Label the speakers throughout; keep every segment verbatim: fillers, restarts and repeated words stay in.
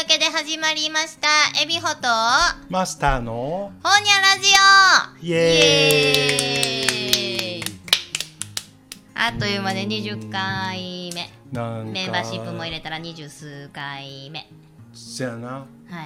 Speaker 1: わけで始まりましたエビホと
Speaker 2: マスターの
Speaker 1: ホーニャラジオ
Speaker 2: イエーイ。
Speaker 1: イエーイ。あっという間でにじゅっかいめ、
Speaker 2: なんか
Speaker 1: メンバーシップも入れたらにじゅう数回目。
Speaker 2: そやな。
Speaker 1: はい、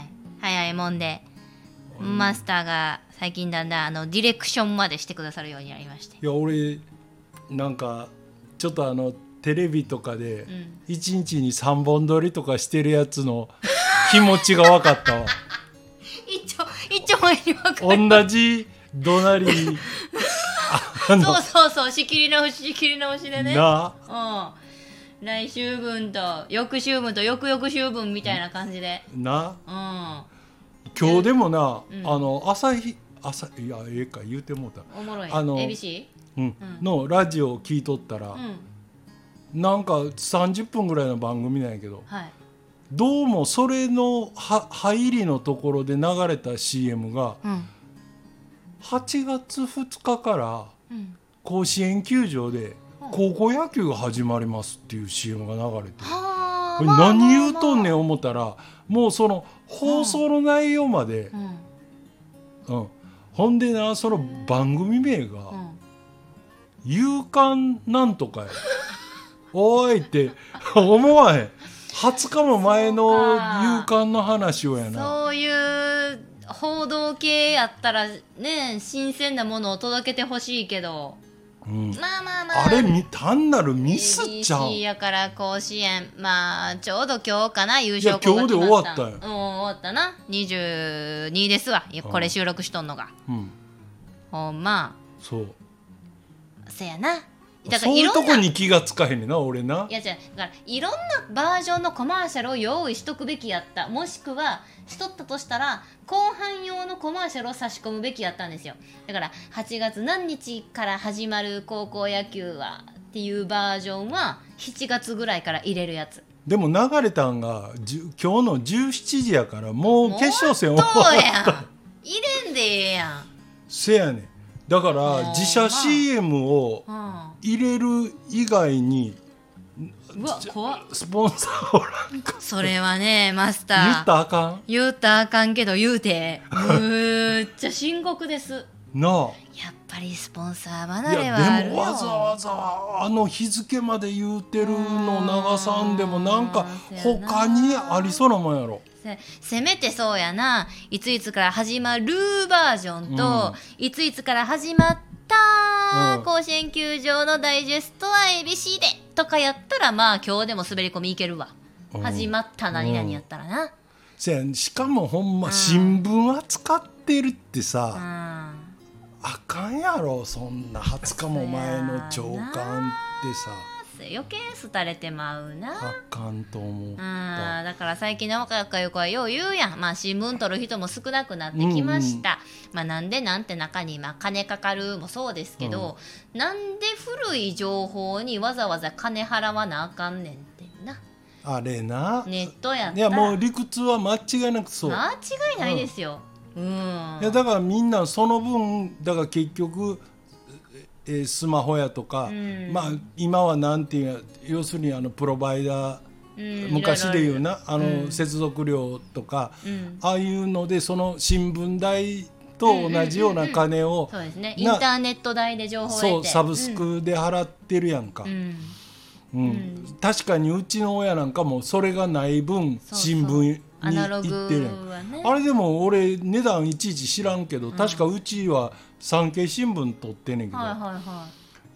Speaker 1: 早いもんでマスターが最近だんだんあのディレクションまでしてくださるようになりまして、
Speaker 2: いや俺なんかちょっとあのテレビとかでいちにちにさんぼん撮りとかしてるやつの気持ちが分かったわ。
Speaker 1: 一丁一丁前に分かる。
Speaker 2: 同じ怒鳴り
Speaker 1: そうそうそう、仕切り直し仕切り直しでね。
Speaker 2: な、
Speaker 1: うん、来週分と翌週分と翌々週分みたいな感じで
Speaker 2: な、
Speaker 1: うん、
Speaker 2: 今日でもな、
Speaker 1: うん、
Speaker 2: あの朝日朝いやええか言うてもうた
Speaker 1: おもろい
Speaker 2: あの
Speaker 1: エービーシー、
Speaker 2: うんうん、のラジオを聞いとったら、うん、なんかさんじゅっぷんぐらいの番組なんやけど、はい、どうもそれのは入りのところで流れた シーエム が、うん、はちがつふつかから甲子園球場で高校野球が始まりますっていう シーエム が流れて、うん、何言うとんねん思ったらもうその放送の内容まで、うんうん、ほんでなその番組名が、うん勇敢なんとかやおいって思わへん。はつかも前の勇敢の話をやな。
Speaker 1: そういう報道系やったらね新鮮なものを届けてほしいけど、うん、まあまあまあ
Speaker 2: あれ単なるミスっちゃう
Speaker 1: エービーシー やから甲子園まあちょうど今日かな優勝校が決まった。
Speaker 2: いや今日で終わったよ、
Speaker 1: うん、終わったなにじゅうにですわこれ収録しとんのが、うん、ほんま
Speaker 2: そう
Speaker 1: せやな。
Speaker 2: だからいろんなそういうとこに気がつかへんねんな俺な。
Speaker 1: いやじゃだからいろんなバージョンのコマーシャルを用意しとくべきやった。もしくはしとったとしたら後半用のコマーシャルを差し込むべきやったんですよ。だからはちがつ何日から始まる高校野球はっていうバージョンはしちがつぐらいから入れるやつ。
Speaker 2: でも流れたんが今日のじゅうしちじやからもう決勝戦終わった。
Speaker 1: やん入れんでええやん。
Speaker 2: せやねん。だから自社 シーエム を入れる以外に
Speaker 1: うわ怖っ
Speaker 2: スポンサーおらんか。
Speaker 1: それはねマスター
Speaker 2: 言ったらあかん
Speaker 1: 言ったらあかんけど言うてむっちゃ深刻です
Speaker 2: なあ。
Speaker 1: やっぱりスポンサー離れはあるよ。
Speaker 2: いやでもわざわざあの日付まで言うてるの流さんでもなんか他にありそうなもんやろ。
Speaker 1: せ, せめてそうやないついつから始まるバージョンと、うん、いついつから始まった、うん、甲子園球場のダイジェストは エービーシー でとかやったらまあ今日でも滑り込みいけるわ、うん、始まった何々やったらな、うん、
Speaker 2: せやしかもほんま新聞扱ってるってさ、うん、あかんやろそんなはつかも前の朝刊ってさ
Speaker 1: 余計廃れてまうな。
Speaker 2: あかんと思った。
Speaker 1: あだから最近の若い子はよう言うやん、まあ、新聞取る人も少なくなってきました、うんうんまあ、なんでなんて中に、まあ、金かかるもそうですけど、うん、なんで古い情報にわざわざ金払わなあかんねんってな。
Speaker 2: あれな
Speaker 1: ネットやったら
Speaker 2: いやもう理屈は間違いなくそう
Speaker 1: 間違いないですよ、うんうん、
Speaker 2: いやだからみんなその分だから結局えー、スマホやとか、うんまあ、今はなんていう要するにあのプロバイダー、うん、昔でいうなあの、うん、接続料とか、うん、ああいうのでその新聞代と同じような金を
Speaker 1: そうですねインターネット代で情報を得て
Speaker 2: そうサブスクで払ってるやんか、うんうんうん、確かにうちの親なんかもそれがない分新聞に行ってるやん、ね、あれでも俺値段いちいち知らんけど、うん、確かうちは産経新聞取ってんねんけど、はいはいはい、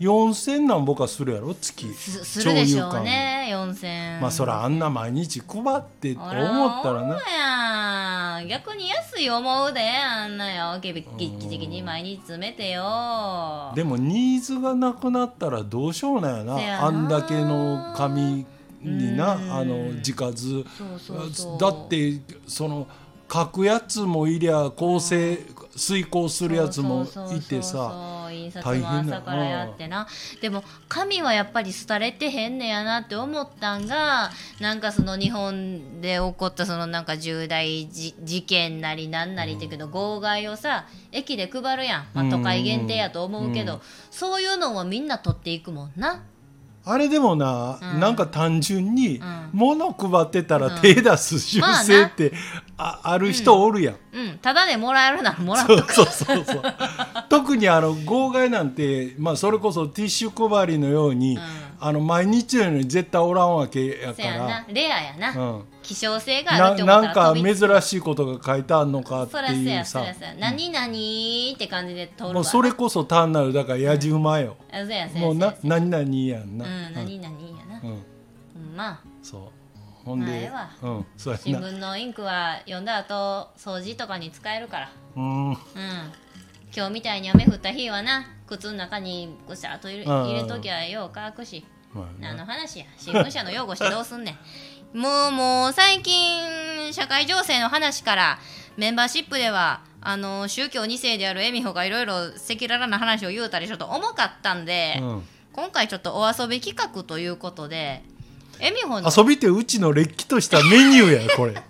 Speaker 2: よんせんなんぼかするやろ月
Speaker 1: す, するでしょうねよんせん
Speaker 2: まあそらあんな毎日配ってと思ったらな
Speaker 1: や逆に安い思うであんなよ劇的に毎日詰めてよ。
Speaker 2: でもニーズがなくなったらどうしようなんや な, やなあんだけの紙になあの字数そうそうそうだってその書くやつもいりゃ構成、うん、遂行するやつもいてさ
Speaker 1: 印刷も朝からやってな。でも紙はやっぱり廃れてへんねやなって思ったんがなんかその日本で起こったそのなんか重大事件なりなんなりってけど、うん、号外をさ駅で配るやん、まあ、都会限定やと思うけど、うんうん、そういうのもみんな取っていくもんな。
Speaker 2: あれでもな、
Speaker 1: うん、
Speaker 2: なんか単純に、
Speaker 1: うん、
Speaker 2: 物配ってたら手出す習性って、まあ、あ, ある人おるやん、
Speaker 1: うんうん、ただでもらえるならもらっとく。
Speaker 2: そうそうそうそう特にあの号外なんて、まあ、それこそティッシュ配りのように、うん、あの毎日のように絶対おらんわけやから、
Speaker 1: なレアやな、うん、希少性があるって
Speaker 2: 思ったらな、なんか珍しいことが書いてあるのかっていうさ、
Speaker 1: そらそや何々って感じで通るわな。
Speaker 2: もうそれこそ単なるだからやじ馬よ、
Speaker 1: うん、そうやそうや
Speaker 2: もうな何々やんな、
Speaker 1: うん、何々やな、うん、まあ
Speaker 2: そうほんで、
Speaker 1: うん、
Speaker 2: そうやな、
Speaker 1: 新聞のインクは読んだ後掃除とかに使えるから、うん、うん、今日みたいに雨降った日はな靴の中にぐしゃっと入れ入れときゃよう乾くし、まあ、何の話や、新聞社の擁護してどうすんねんもうもう最近社会情勢の話からメンバーシップではあの宗教に世である恵美穂がいろいろ赤裸々な話を言うたりちょっと重かったんで、うん、今回ちょっとお遊び企画ということで恵美穂の
Speaker 2: 遊びってうちのれっきとしたメニューやこれ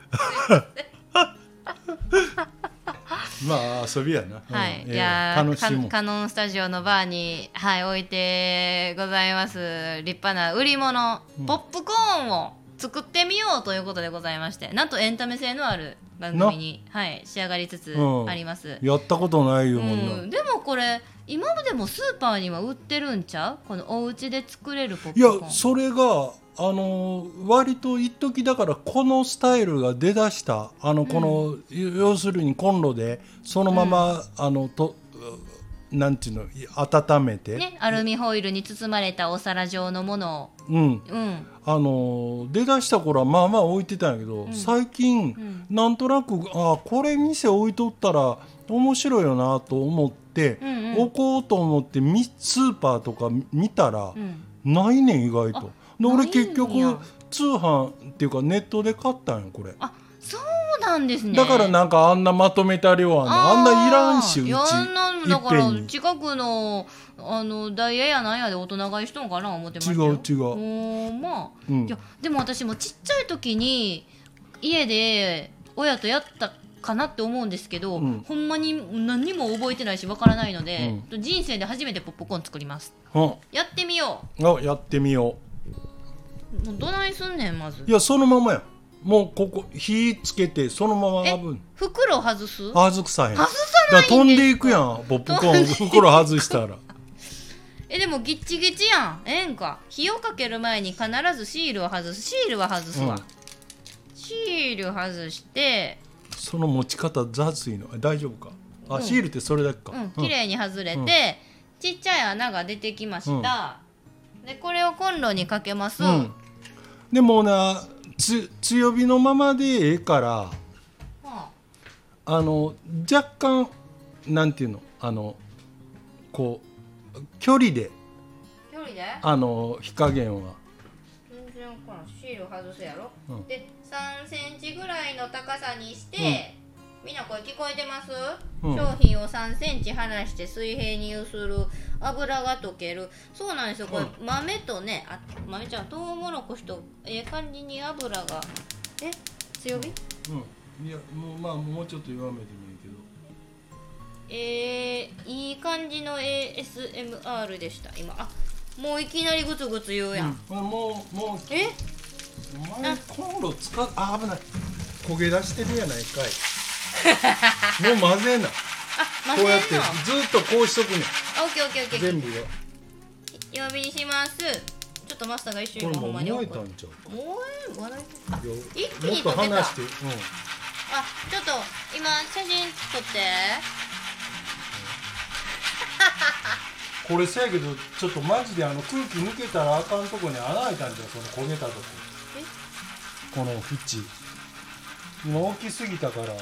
Speaker 2: まあ遊びやな、
Speaker 1: はい、うん、いや楽しむカノンスタジオのバーに、はい、置いてございます立派な売り物、うん、ポップコーンを作ってみようということでございまして、なんとエンタメ性のある番組に、はい、仕上がりつつあります、
Speaker 2: うん、やったことないよ、うん、
Speaker 1: でもこれ今までもスーパーには売ってるんちゃう、このお家で作れるポップコーン。
Speaker 2: いやそれがあの割と一時だからこのスタイルが出だしたあのこの、うん、要するにコンロでそのまま、うん、あのとなんていうの温めて、
Speaker 1: ね、アルミホイルに包まれたお皿状のものを、
Speaker 2: うんうん、あの出だした頃はまあまあ置いてたんやけど、うん、最近、うん、なんとなくあこれ店置いとったら面白いよなと思って、うんうん、置こうと思ってスーパーとか見たら、うん、ないねん意外と。で俺結局通販っていうかネットで買ったんよこれ。
Speaker 1: あそうなんですね。
Speaker 2: だからなんかあんなまとめた量あんの あ, あんないらんしうちいや
Speaker 1: だから近くのあのダイヤやなんやで大人買いしとんかな思ってましたよ。
Speaker 2: 違う違
Speaker 1: うまあ、うん、いやでも私もちっちゃい時に家で親とやったかなって思うんですけど、うん、ほんまに何にも覚えてないしわからないので、うん、人生で初めてポップコーン作ります、うん、やってみよ
Speaker 2: う。あやってみよ
Speaker 1: う。もうどないすんねんまず。
Speaker 2: いやそのままやもうここ火つけてそのまま炙る。
Speaker 1: 袋外す？
Speaker 2: 外さへん。
Speaker 1: 外さないんですか？
Speaker 2: 飛んでいくやんポップコーン袋外したら
Speaker 1: えでもギッチギチやん。ええんか。火をかける前に必ずシールを外す。シールは外すわ、うん、シール外して
Speaker 2: その持ち方雑いの大丈夫か。あ、うん、シールってそれだけか。
Speaker 1: うん綺麗に外れて、うん、ちっちゃい穴が出てきました、うん、でこれをコンロにかけます、うん、
Speaker 2: でもなつ強火のままでええから、はあ、あの若干なんていうのあのこう距離で
Speaker 1: 距離で
Speaker 2: あの火加減は
Speaker 1: 全然このシール外すやろ、うん、でさんセンチぐらいの高さにして、うん、みんなこれ聞こえてます、うん、商品をさんセンチ離して水平に揺する油が溶ける。そうなんですよこれ、うん、豆とねあ豆ちゃんトウモロコシとええ感じに油がえ強火？
Speaker 2: うんいやもうまあもうちょっと弱めてもいいけど
Speaker 1: えー、いい感じの エーエスエムアール でした今。あもういきなりグツグツ言うやん、
Speaker 2: うん、もうもう
Speaker 1: え
Speaker 2: お前コンロ使うあ危ない焦げ出してるやないかいもう混ぜんな
Speaker 1: あ
Speaker 2: こうやってずっとこうしとくねん。
Speaker 1: オッケーオッケーオッケー
Speaker 2: 全部よ
Speaker 1: 弱火にします。ちょっとマスターが一緒にほんまに
Speaker 2: 燃えたんちゃうか。
Speaker 1: 燃え笑え一気
Speaker 2: もっと
Speaker 1: に溶けた。
Speaker 2: 離して、うん、
Speaker 1: あちょっと今写真撮って
Speaker 2: これせやけどちょっとマジであの空気抜けたらあかんとこに穴開いたんじゃんその焦げたとこ。えこの縁今大きすぎたから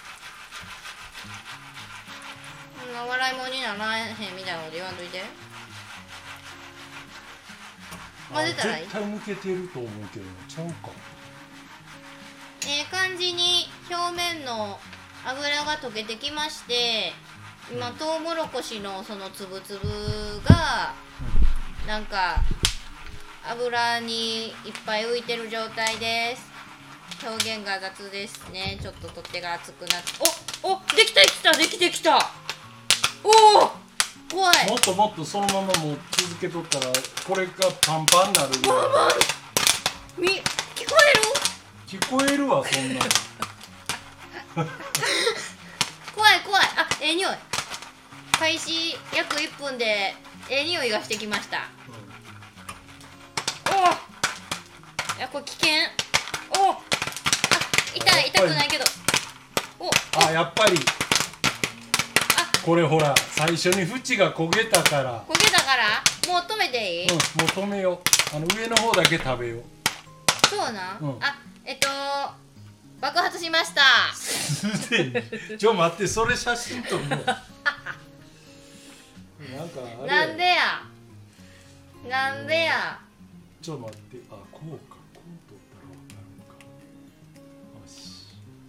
Speaker 1: 笑い物にならへんみたいなこと言わんといて。混ぜたらいい。
Speaker 2: 絶対抜けてると思うけどちゃうか。
Speaker 1: ええ感じに表面の油が溶けてきまして今トウモロコシのそのつぶつぶがなんか油にいっぱい浮いてる状態です。表現が雑ですね。ちょっと取っ手が熱くなっておおできたできたできてきた。おお怖い。
Speaker 2: もっともっとそのままもう続けとったらこれがパンパンになるぐらい。
Speaker 1: み聞こ
Speaker 2: 聞こえるわそんなの
Speaker 1: 怖い怖い。あ、ええ匂い。開始約いっぷんでええ匂いがしてきました。おお、いやこれ危険。おお、あ、痛い、痛くないけど。お、
Speaker 2: あ、やっぱりこれほら最初に縁が焦げたから
Speaker 1: 焦げたからもう止めていい？
Speaker 2: うん、もう止めよう。あの上の方だけ食べよう。
Speaker 1: そうな、
Speaker 2: うん、
Speaker 1: あ、えっと爆発しました。
Speaker 2: すでにちょ待って、それ写真撮るのなんかあれや
Speaker 1: なんでやなんでや
Speaker 2: ちょ待って、あ、こうか、こう撮ったらわかるのか。よし、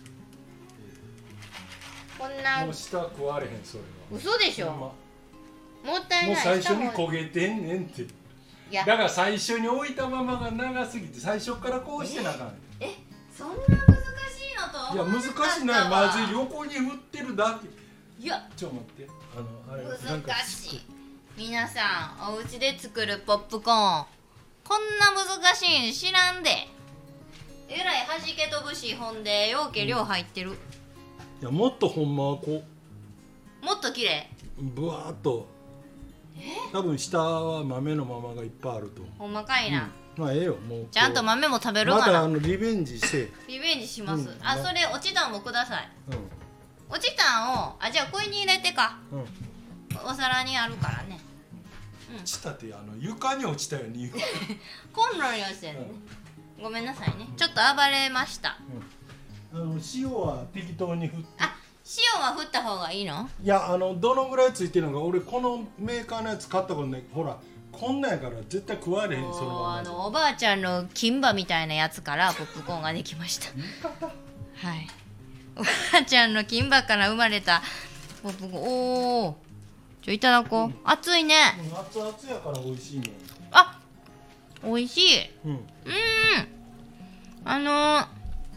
Speaker 1: こんな
Speaker 2: もう下食われへん、それは
Speaker 1: 嘘でしょ、
Speaker 2: も
Speaker 1: もったいない。
Speaker 2: う最初に焦げてんねんって。
Speaker 1: いや
Speaker 2: だから最初に置いたままが長すぎて最初からこうしてなあかん。
Speaker 1: え、そんな難しいのと
Speaker 2: いや難しいない、まず横に振ってるだけ。
Speaker 1: いや
Speaker 2: ちょ待って、あのあれなんか
Speaker 1: 難しい。皆さんお家で作るポップコーンこんな難しいん知らんで。えらい弾け飛ぶし、ほんでようけ量入ってる、
Speaker 2: いやもっとほんまはこ
Speaker 1: もっと綺麗。
Speaker 2: うぶわーっと、多分下は豆のままがいっぱいあると思う。
Speaker 1: ほんまかいな、
Speaker 2: うん、まあええよ、もう
Speaker 1: ちゃんと豆も食べる
Speaker 2: ま
Speaker 1: から
Speaker 2: だあのリベンジせえ。
Speaker 1: リベンジします、
Speaker 2: うん
Speaker 1: あ、それおちたんもください。
Speaker 2: う
Speaker 1: おちたんを、あ、じゃあこれに入れてか、
Speaker 2: んうん。
Speaker 1: お皿にあるからね。
Speaker 2: 落ちたってあの床に落ちたように。
Speaker 1: コンロに落ちてるね、うん、ごめんなさいね、ちょっと暴れました、
Speaker 2: うん、あの塩は適当に振って。
Speaker 1: あ、塩は振った方がいいの？
Speaker 2: いや、あのどのぐらいついてるのか、俺このメーカーのやつ買ったことない。ほらこんなんやから絶対食われへん。そのまま
Speaker 1: あのおばあちゃんの金歯みたいなやつからポップコーンができましたはい、おばあちゃんの金歯から生まれたポップコーン。おお、ちょいただこう、うん、熱いね。
Speaker 2: 熱々やから美味しいね。
Speaker 1: あ、美味しい。
Speaker 2: うん、うん、
Speaker 1: あのー、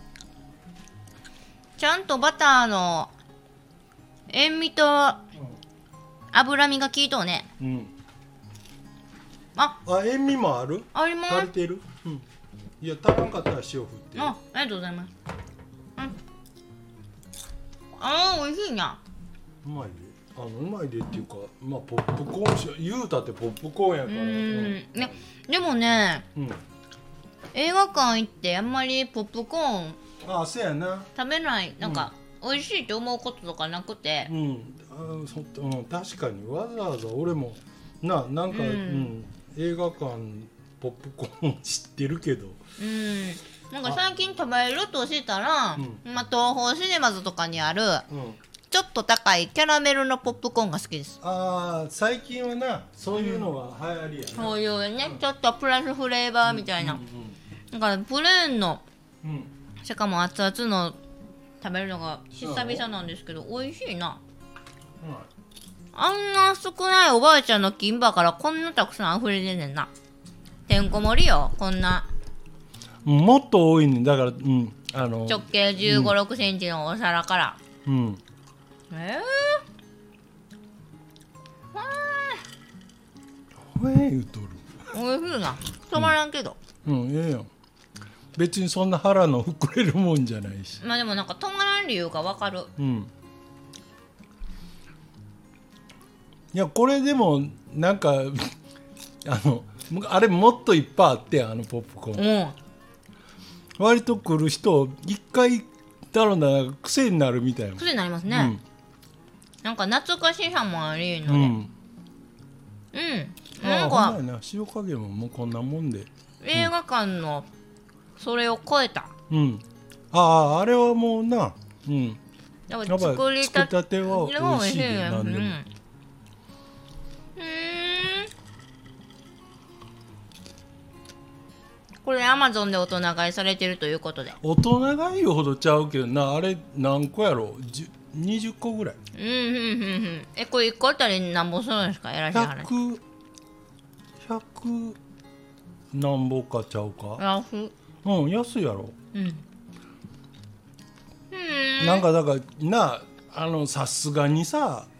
Speaker 1: ちゃんとバターの塩味と脂身が効いとうね。
Speaker 2: うん、
Speaker 1: あ、
Speaker 2: あ、塩味もある？
Speaker 1: あります。
Speaker 2: 足りてる？うん。いや、足らんかったら塩振って。
Speaker 1: あ、ありがとうございます。うん。あー、美味しいな。
Speaker 2: うまいで。あのうまいでっていうか、まあポップコーンし言うたってポップコーンやから。
Speaker 1: うん。ね、でもね、
Speaker 2: うん、
Speaker 1: 映画館行ってあんまりポップコーン
Speaker 2: あ、そうやな。
Speaker 1: 食べない、なんか、うん、美味しいって思うこととかなくて。
Speaker 2: うん。あ、そ、うん、確かにわざわざ俺もな、なんか、うん、うん、映画館ポップコーン知ってるけど。
Speaker 1: うん。なんか最近食べるとしたら、うん、まあ東宝シネマズとかにある、うん、ちょっと高いキャラメルのポップコーンが好きです。
Speaker 2: ああ、最近はな、そういうのが流行りやな、うん、
Speaker 1: そういうね、うん、ちょっとプラスフレーバーみたいな、うんうんうん、だからプレーンの、うん、しかも熱々の食べるのが久々なんですけど、美味しいな、うん、あんな少ないおばあちゃんの金歯からこんなたくさん溢れてんねんな。てんこ盛りよ、こんな。
Speaker 2: もっと多いね。だから、うん、あの
Speaker 1: 直径じゅうご、ろくセンチのお皿から。うん。えー。わ
Speaker 2: ー。ほえ言うとる。
Speaker 1: おいしいな。止まらんけど。
Speaker 2: うん、うん、ええよ。別にそんな腹の膨れるもんじゃないし。
Speaker 1: まあでもなんか止まらん理由がわかる。
Speaker 2: うん。いや、これでもなんかあのあれもっといっぱいあってあのポップコーン。うん。割と来る人一回頼んだら癖になるみたいな。
Speaker 1: 癖になりますね、うん、なんか懐かしさもありので、うん、うん、なんか
Speaker 2: あな塩加減ももうこんなもんで
Speaker 1: 映画館のそれを超えた。
Speaker 2: うん、ああ、あれはもうな、うん、
Speaker 1: やっぱ作りた
Speaker 2: ては美味しいで、なんでも。うん、
Speaker 1: これアマゾンで大人買いされてるということで。
Speaker 2: 大人買いほどちゃうけどな、あれ何個やろ、にじゅっこぐらい。
Speaker 1: うんうんうんうん。え、これいっこあたり何本するんですか、やらしい話。ひゃく、
Speaker 2: ひゃく何本かちゃうか。
Speaker 1: 安い。
Speaker 2: うん、安いやろ。うん。
Speaker 1: うん
Speaker 2: なんかだからな、あのさすがにさ、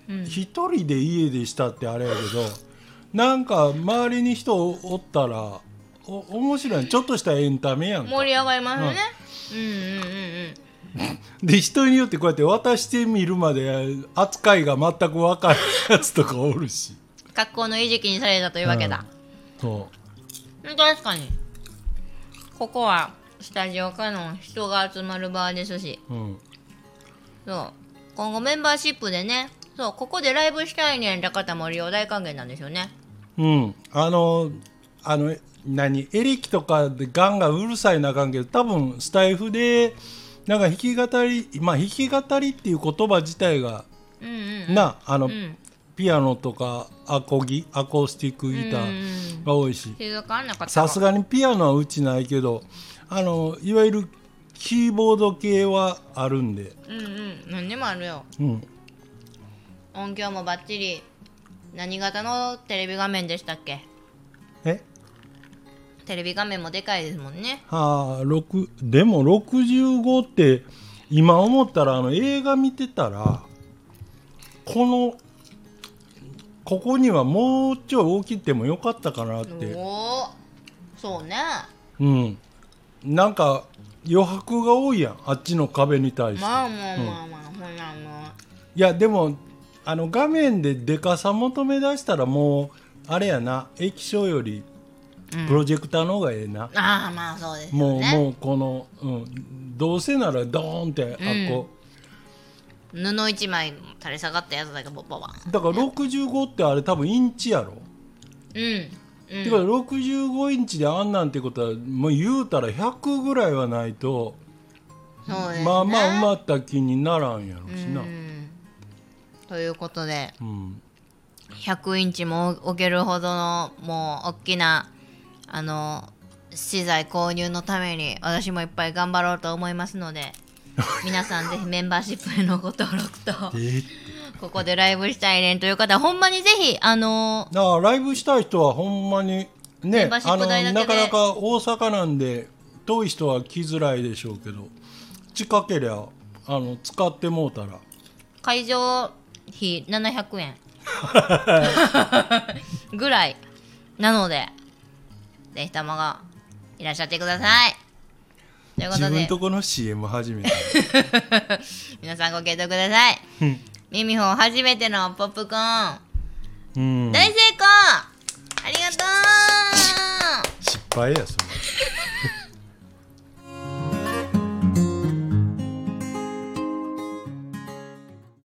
Speaker 2: 一、うん、人で家でしたってあれやけどなんか周りに人おったらお面白いちょっとしたエンタメやんか
Speaker 1: 盛り上がりますね、うん、うんうんうん
Speaker 2: で人によってこうやって渡してみるまで扱いが全く分からないやつとかおるし
Speaker 1: 学校の餌食にされたというわけだ、
Speaker 2: うん、そう
Speaker 1: 確かにここはスタジオかの人が集まる場ですし、うん、そう今後メンバーシップでねそうここでライブしたいねんって方も利用大歓迎なんですよね。
Speaker 2: うんあのあの何エレキとかでガンガンうるさいなあかんけど多分スタイフでなんか弾き語りまあ弾き語りっていう言葉自体が、うんうんうん、なあの、うん、ピアノとかアコギアコースティックギターが多いしさすがにピアノはうちないけどあのいわゆるキーボード系はあるんで
Speaker 1: うんうん何でもあるよ、うん、音響もバッチリ何型のテレビ画面でしたっけ
Speaker 2: え
Speaker 1: テレビ画面もでかいですもんね。
Speaker 2: はあ、ろくでもろくじゅうごって今思ったらあの映画見てたらこのここにはもうちょい大きくてもよかったかなって。
Speaker 1: おそうね。
Speaker 2: うんなんか余白が多いやんあっちの壁に対して。
Speaker 1: まあまあまあまあ、うん、ほんなの
Speaker 2: いやでもあの画面ででかさ求め出したらもうあれやな液晶よりプロジェクターの方がええな、
Speaker 1: うん、ああまあそうですよ
Speaker 2: ねもうもうこの、うん、どうせならドーンってあっこ、
Speaker 1: うん、布一枚垂れ下がったやつだけボボバン
Speaker 2: だからろくじゅうごってあれ多分インチやろ
Speaker 1: うん、うん、
Speaker 2: てかろくじゅうごインチであんなんてことはもう言うたらひゃくぐらいはないとそうです、ね、まあまあ埋まった気にならんやろしな、うん、
Speaker 1: ということで、うん、ひゃくインチも置けるほどのもう大きなあの資材購入のために私もいっぱい頑張ろうと思いますので皆さんぜひメンバーシップへのご登録とここでライブしたいねんという方はほんまにぜひあの
Speaker 2: ー、あライブしたい人はほんまにねあのなかなか大阪なんで遠い人は来づらいでしょうけど近けりゃあの使ってもうたら
Speaker 1: 会場費ななひゃくえんぐらいなのでぜひともがいらっしゃってくださいということで
Speaker 2: 自分とこの シーエム 始めた
Speaker 1: 皆さんご検討くださいミミホ初めてのポップコーン、うん、大成功ありがとう
Speaker 2: 失敗やそれ